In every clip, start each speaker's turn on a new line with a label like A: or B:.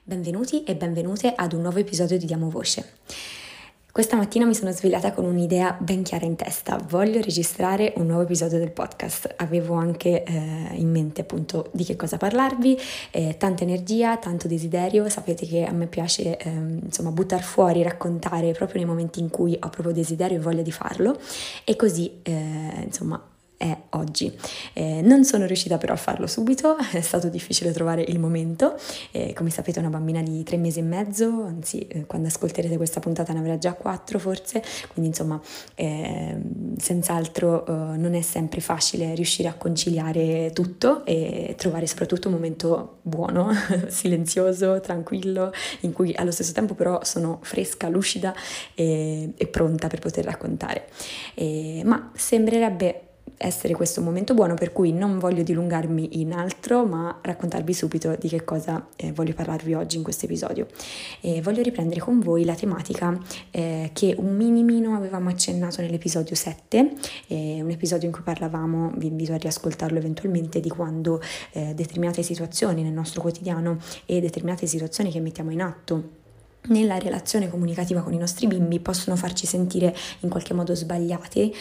A: Benvenuti e benvenute ad un nuovo episodio di Diamo Voce. Questa mattina mi sono svegliata con un'idea ben chiara in testa: voglio registrare un nuovo episodio del podcast. Avevo anche in mente appunto di che cosa parlarvi, tanta energia, tanto desiderio. Sapete che a me piace buttar fuori, raccontare proprio nei momenti in cui ho proprio desiderio e voglia di farlo, e così è oggi. Non sono riuscita però a farlo subito, è stato difficile trovare il momento. Come sapete ho una bambina di 3 mesi e mezzo, anzi quando ascolterete questa puntata ne avrà già 4 forse, quindi senz'altro non è sempre facile riuscire a conciliare tutto e trovare soprattutto un momento buono, silenzioso, tranquillo, in cui allo stesso tempo però sono fresca, lucida e pronta per poter raccontare. Ma sembrerebbe essere questo un momento buono, per cui non voglio dilungarmi in altro, ma raccontarvi subito di che cosa voglio parlarvi oggi in questo episodio. Voglio riprendere con voi la tematica che un minimino avevamo accennato nell'episodio 7, un episodio in cui parlavamo, vi invito a riascoltarlo eventualmente, di quando determinate situazioni nel nostro quotidiano e determinate situazioni che mettiamo in atto nella relazione comunicativa con i nostri bimbi possono farci sentire in qualche modo sbagliati,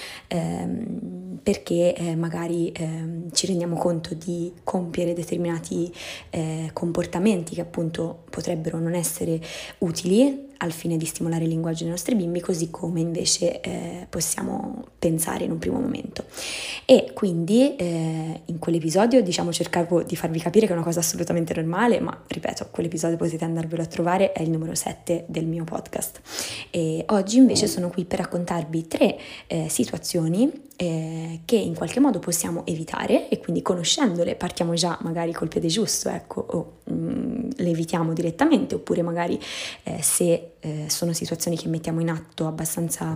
A: perché magari ci rendiamo conto di compiere determinati comportamenti che appunto potrebbero non essere utili al fine di stimolare il linguaggio dei nostri bimbi, così come invece possiamo pensare in un primo momento. E quindi in quell'episodio cercavo di farvi capire che è una cosa assolutamente normale, ma ripeto, quell'episodio potete andarvelo a trovare, è il numero 7 del mio podcast. E oggi invece sono qui per raccontarvi 3 situazioni che in qualche modo possiamo evitare, e quindi conoscendole partiamo già magari col piede giusto, o le evitiamo direttamente, oppure magari se sono situazioni che mettiamo in atto abbastanza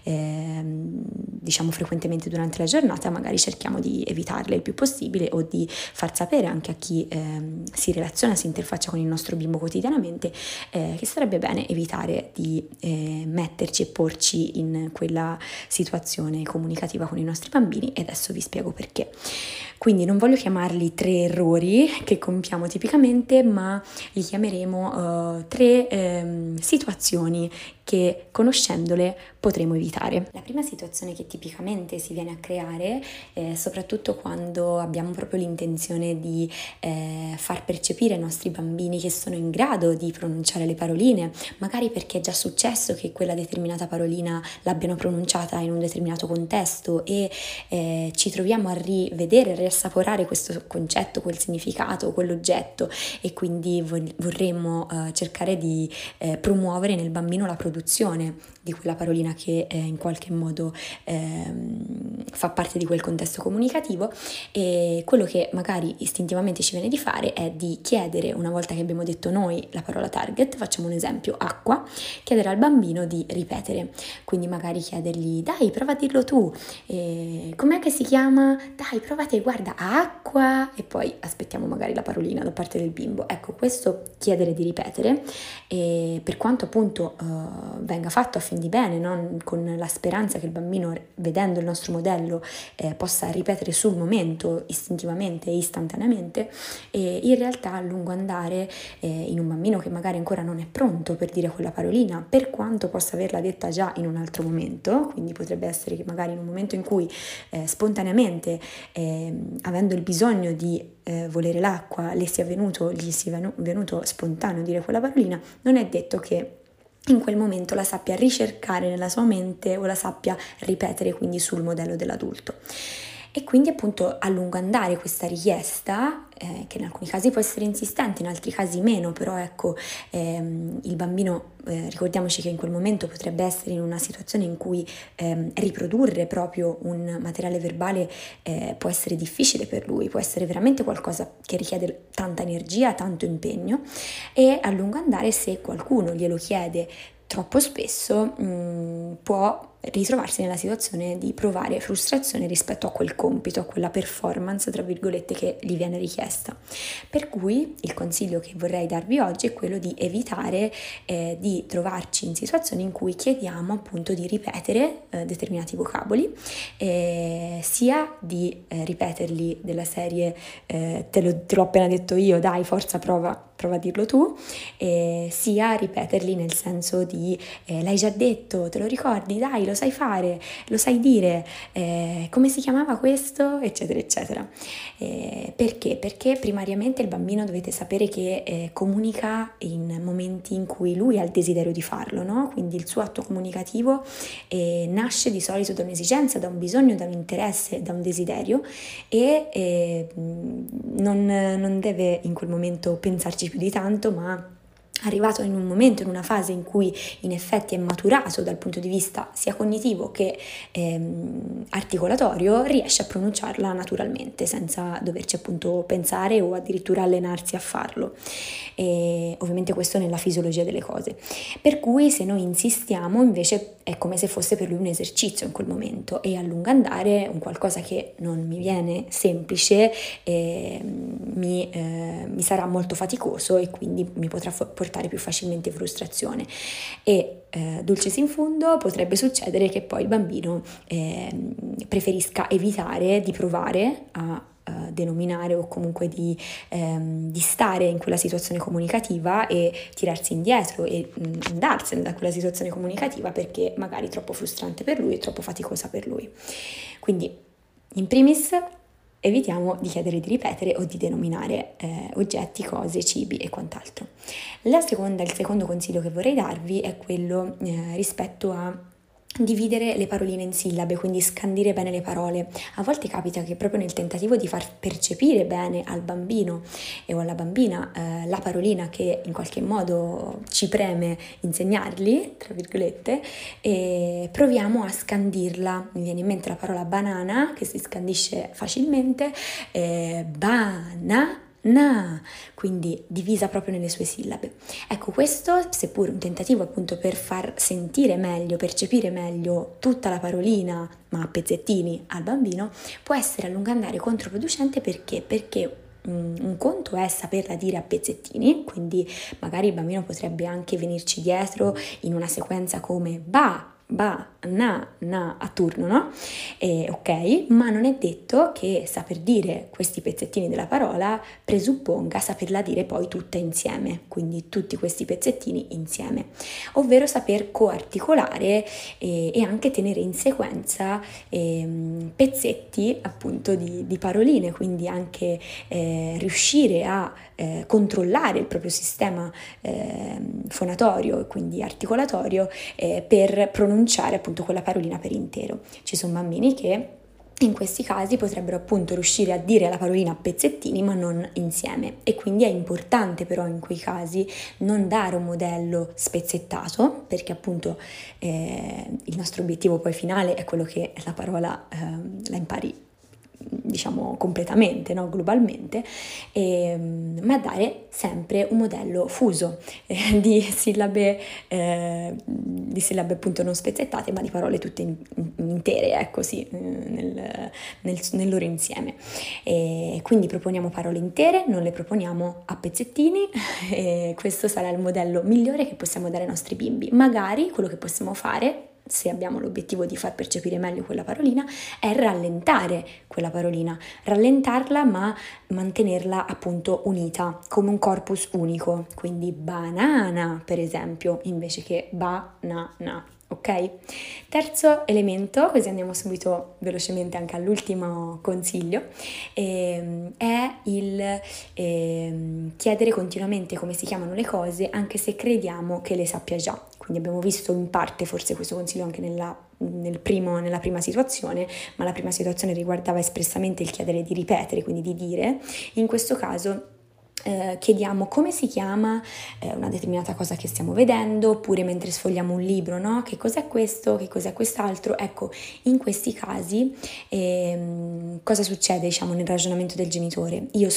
A: frequentemente durante la giornata, magari cerchiamo di evitarle il più possibile, o di far sapere anche a chi si relaziona, si interfaccia con il nostro bimbo quotidianamente, che sarebbe bene evitare di metterci e porci in quella situazione comunicativa con i nostri bambini, e adesso vi spiego perché. Quindi non voglio chiamarli 3 errori che compiamo tipicamente, ma li chiameremo 3 situazioni che, conoscendole, potremo evitare. La prima situazione che tipicamente si viene a creare, soprattutto quando abbiamo proprio l'intenzione di far percepire ai nostri bambini che sono in grado di pronunciare le paroline, magari perché è già successo che quella determinata parolina l'abbiano pronunciata in un determinato contesto, e ci troviamo a rivedere, a riassaporare questo concetto, quel significato, quell'oggetto, e quindi vorremmo cercare di promuovere nel bambino la produzione di quella parolina che in qualche modo fa parte di quel contesto comunicativo. E quello che magari istintivamente ci viene di fare è di chiedere, una volta che abbiamo detto noi la parola target, facciamo un esempio: acqua, chiedere al bambino di ripetere, quindi magari chiedergli: dai, prova a dirlo tu, com'è che si chiama? Dai, provate, guarda, acqua, e poi aspettiamo magari la parolina da parte del bimbo. Ecco, questo chiedere di ripetere, per quanto appunto venga fatto a fin di bene, no? Con la speranza che il bambino, vedendo il nostro modello, possa ripetere sul momento, istintivamente e istantaneamente, in realtà a lungo andare, in un bambino che magari ancora non è pronto per dire quella parolina, per quanto possa averla detta già in un altro momento, quindi potrebbe essere che magari in un momento in cui spontaneamente, avendo il bisogno di volere l'acqua, gli sia venuto spontaneo dire quella parolina, non è detto che in quel momento la sappia ricercare nella sua mente o la sappia ripetere quindi sul modello dell'adulto. E quindi appunto a lungo andare questa richiesta, che in alcuni casi può essere insistente, in altri casi meno, però ecco, il bambino, ricordiamoci che in quel momento potrebbe essere in una situazione in cui riprodurre proprio un materiale verbale può essere difficile per lui, può essere veramente qualcosa che richiede tanta energia, tanto impegno, e a lungo andare, se qualcuno glielo chiede troppo spesso, può ritrovarsi nella situazione di provare frustrazione rispetto a quel compito, a quella performance, tra virgolette, che gli viene richiesta. Per cui il consiglio che vorrei darvi oggi è quello di evitare di trovarci in situazioni in cui chiediamo appunto di ripetere determinati vocaboli, sia di ripeterli della serie te l'ho appena detto io, dai, forza, prova a dirlo tu, sia ripeterli nel senso di l'hai già detto, te lo ricordi, dai, lo sai fare, lo sai dire, come si chiamava questo, eccetera, eccetera. Perché? Perché primariamente il bambino, dovete sapere che comunica in momenti in cui lui ha il desiderio di farlo, no? Quindi il suo atto comunicativo nasce di solito da un'esigenza, da un bisogno, da un interesse, da un desiderio, e non deve in quel momento pensarci più di tanto, ma arrivato in un momento, in una fase in cui in effetti è maturato dal punto di vista sia cognitivo che articolatorio, riesce a pronunciarla naturalmente senza doverci appunto pensare o addirittura allenarsi a farlo. E ovviamente questo nella fisiologia delle cose. Per cui se noi insistiamo, invece è come se fosse per lui un esercizio in quel momento, e a lungo andare un qualcosa che non mi viene semplice mi sarà molto faticoso e quindi mi potrà portare più facilmente frustrazione. E dulcis in fundo potrebbe succedere che poi il bambino preferisca evitare di provare a denominare o comunque di stare in quella situazione comunicativa e tirarsi indietro e andarsene da quella situazione comunicativa, perché magari troppo frustrante per lui e troppo faticosa per lui. Quindi in primis evitiamo di chiedere di ripetere o di denominare oggetti, cose, cibi e quant'altro. Il secondo consiglio che vorrei darvi è quello rispetto a dividere le paroline in sillabe, quindi scandire bene le parole. A volte capita che proprio nel tentativo di far percepire bene al bambino o alla bambina la parolina che in qualche modo ci preme insegnargli, tra virgolette, proviamo a scandirla. Mi viene in mente la parola banana, che si scandisce facilmente, quindi divisa proprio nelle sue sillabe. Ecco, questo, seppur un tentativo appunto per far sentire meglio, percepire meglio tutta la parolina, ma a pezzettini al bambino, può essere a lungo andare controproducente. Perché un conto è saperla dire a pezzettini, quindi magari il bambino potrebbe anche venirci dietro in una sequenza come ba, na a turno, no? Ok, ma non è detto che saper dire questi pezzettini della parola presupponga saperla dire poi tutta insieme, quindi tutti questi pezzettini insieme, ovvero saper coarticolare e anche tenere in sequenza pezzetti appunto di paroline, quindi anche riuscire a controllare il proprio sistema fonatorio e quindi articolatorio per pronunciare appunto quella parolina per intero. Ci sono bambini che in questi casi potrebbero appunto riuscire a dire la parolina a pezzettini ma non insieme, e quindi è importante però in quei casi non dare un modello spezzettato, perché appunto il nostro obiettivo poi finale è quello che la parola la impari diciamo completamente, no? Globalmente, ma dare sempre un modello fuso di sillabe appunto non spezzettate, ma di parole tutte intere, ecco sì, nel loro insieme. E quindi proponiamo parole intere, non le proponiamo a pezzettini, e questo sarà il modello migliore che possiamo dare ai nostri bimbi. Magari quello che possiamo fare, se abbiamo l'obiettivo di far percepire meglio quella parolina, è rallentare quella parolina, rallentarla ma mantenerla appunto unita, come un corpus unico, quindi banana per esempio, invece che banana. Ok? Terzo elemento, così andiamo subito velocemente anche all'ultimo consiglio, è il chiedere continuamente come si chiamano le cose anche se crediamo che le sappia già. Quindi abbiamo visto in parte forse questo consiglio anche nella prima situazione, ma la prima situazione riguardava espressamente il chiedere di ripetere, quindi di dire. In questo caso chiediamo come si chiama una determinata cosa che stiamo vedendo, oppure mentre sfogliamo un libro, no? Che cos'è questo, che cos'è quest'altro. Ecco, in questi casi cosa succede, diciamo, nel ragionamento del genitore? Io so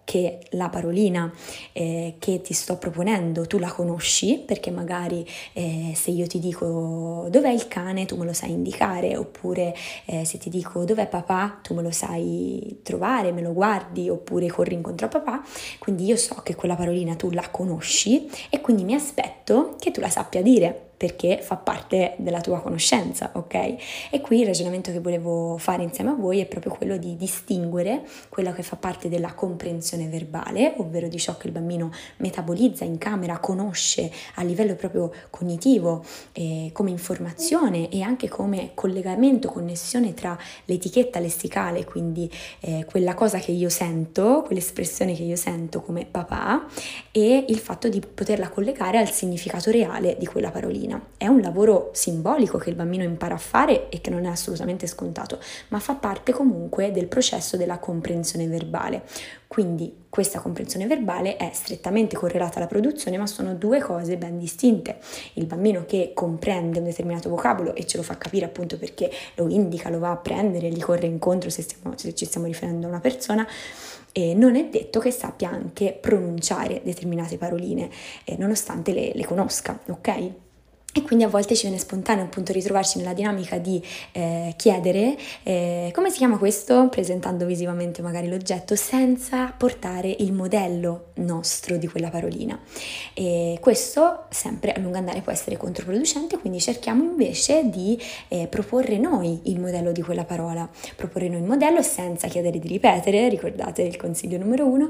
A: che la parolina che ti sto proponendo tu la conosci, perché magari se io ti dico dov'è il cane tu me lo sai indicare, oppure se ti dico dov'è papà tu me lo sai trovare, me lo guardi, oppure corri incontro a papà. Quindi io so che quella parolina tu la conosci e quindi mi aspetto che tu la sappia dire, perché fa parte della tua conoscenza, ok? E qui il ragionamento che volevo fare insieme a voi è proprio quello di distinguere quello che fa parte della comprensione verbale, ovvero di ciò che il bambino metabolizza, incamera, conosce a livello proprio cognitivo, come informazione e anche come collegamento, connessione tra l'etichetta lessicale, quindi quella cosa che io sento, quell'espressione che io sento come papà, e il fatto di poterla collegare al significato reale di quella parolina. È un lavoro simbolico che il bambino impara a fare e che non è assolutamente scontato, ma fa parte comunque del processo della comprensione verbale. Quindi questa comprensione verbale è strettamente correlata alla produzione, ma sono due cose ben distinte. Il bambino che comprende un determinato vocabolo e ce lo fa capire appunto perché lo indica, lo va a prendere, gli corre incontro se ci stiamo riferendo a una persona, e non è detto che sappia anche pronunciare determinate paroline, nonostante le conosca, ok? E quindi a volte ci viene spontaneo appunto ritrovarci nella dinamica di chiedere come si chiama questo, presentando visivamente magari l'oggetto, senza portare il modello nostro di quella parolina. E questo sempre a lungo andare può essere controproducente, quindi cerchiamo invece di proporre noi il modello di quella parola, proporre noi il modello senza chiedere di ripetere, ricordate il consiglio numero 1,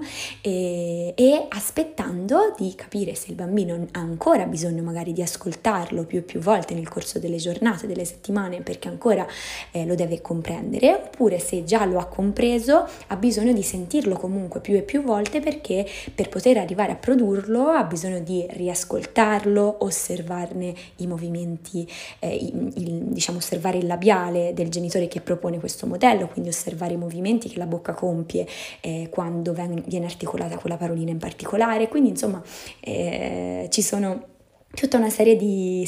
A: e aspettando di capire se il bambino ha ancora bisogno magari di ascoltarlo più e più volte nel corso delle giornate, delle settimane, perché ancora lo deve comprendere, oppure se già lo ha compreso ha bisogno di sentirlo comunque più e più volte, perché per poter arrivare a produrlo ha bisogno di riascoltarlo, osservarne i movimenti, diciamo osservare il labiale del genitore che propone questo modello, quindi osservare i movimenti che la bocca compie quando viene articolata quella parolina in particolare. Quindi insomma ci sono tutta una serie di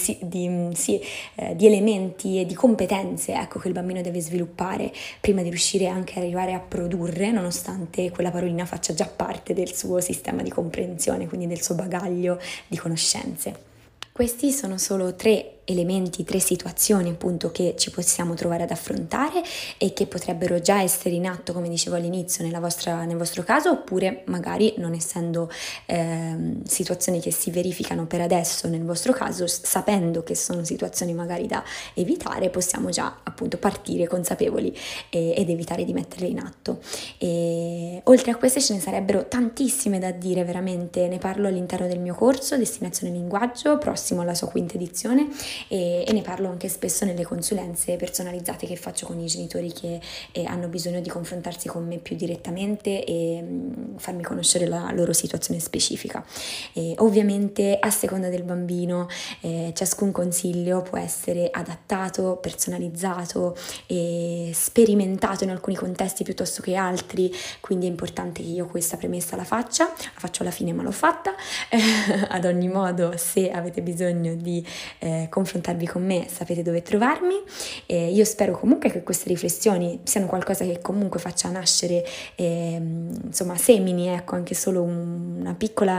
A: elementi e di competenze, ecco, che il bambino deve sviluppare prima di riuscire anche ad arrivare a produrre, nonostante quella parolina faccia già parte del suo sistema di comprensione, quindi del suo bagaglio di conoscenze. Questi sono solo 3 elementi, 3 situazioni appunto che ci possiamo trovare ad affrontare e che potrebbero già essere in atto, come dicevo all'inizio, nel vostro caso, oppure magari non essendo situazioni che si verificano per adesso nel vostro caso, sapendo che sono situazioni magari da evitare, possiamo già appunto partire consapevoli ed evitare di metterle in atto. E oltre a queste ce ne sarebbero tantissime da dire, veramente. Ne parlo all'interno del mio corso Destinazione Linguaggio, prossimo alla sua 5ª edizione, e ne parlo anche spesso nelle consulenze personalizzate che faccio con i genitori che hanno bisogno di confrontarsi con me più direttamente e farmi conoscere la loro situazione specifica. Ovviamente a seconda del bambino ciascun consiglio può essere adattato, personalizzato e sperimentato in alcuni contesti piuttosto che altri, quindi è importante che io questa premessa la faccio alla fine, ma l'ho fatta. Ad ogni modo, se avete bisogno di confrontarvi con me, sapete dove trovarmi. Io spero comunque che queste riflessioni siano qualcosa che comunque faccia nascere insomma semini, ecco, anche solo una piccola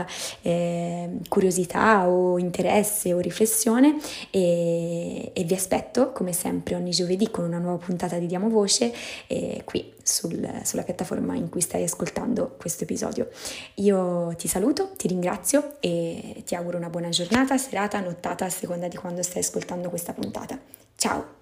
A: curiosità o interesse o riflessione, e vi aspetto come sempre ogni giovedì con una nuova puntata di Diamo Voce qui sulla piattaforma in cui stai ascoltando questo episodio. Io ti saluto, ti ringrazio e ti auguro una buona giornata, serata, nottata, a seconda di quando stai ascoltando questa puntata. Ciao!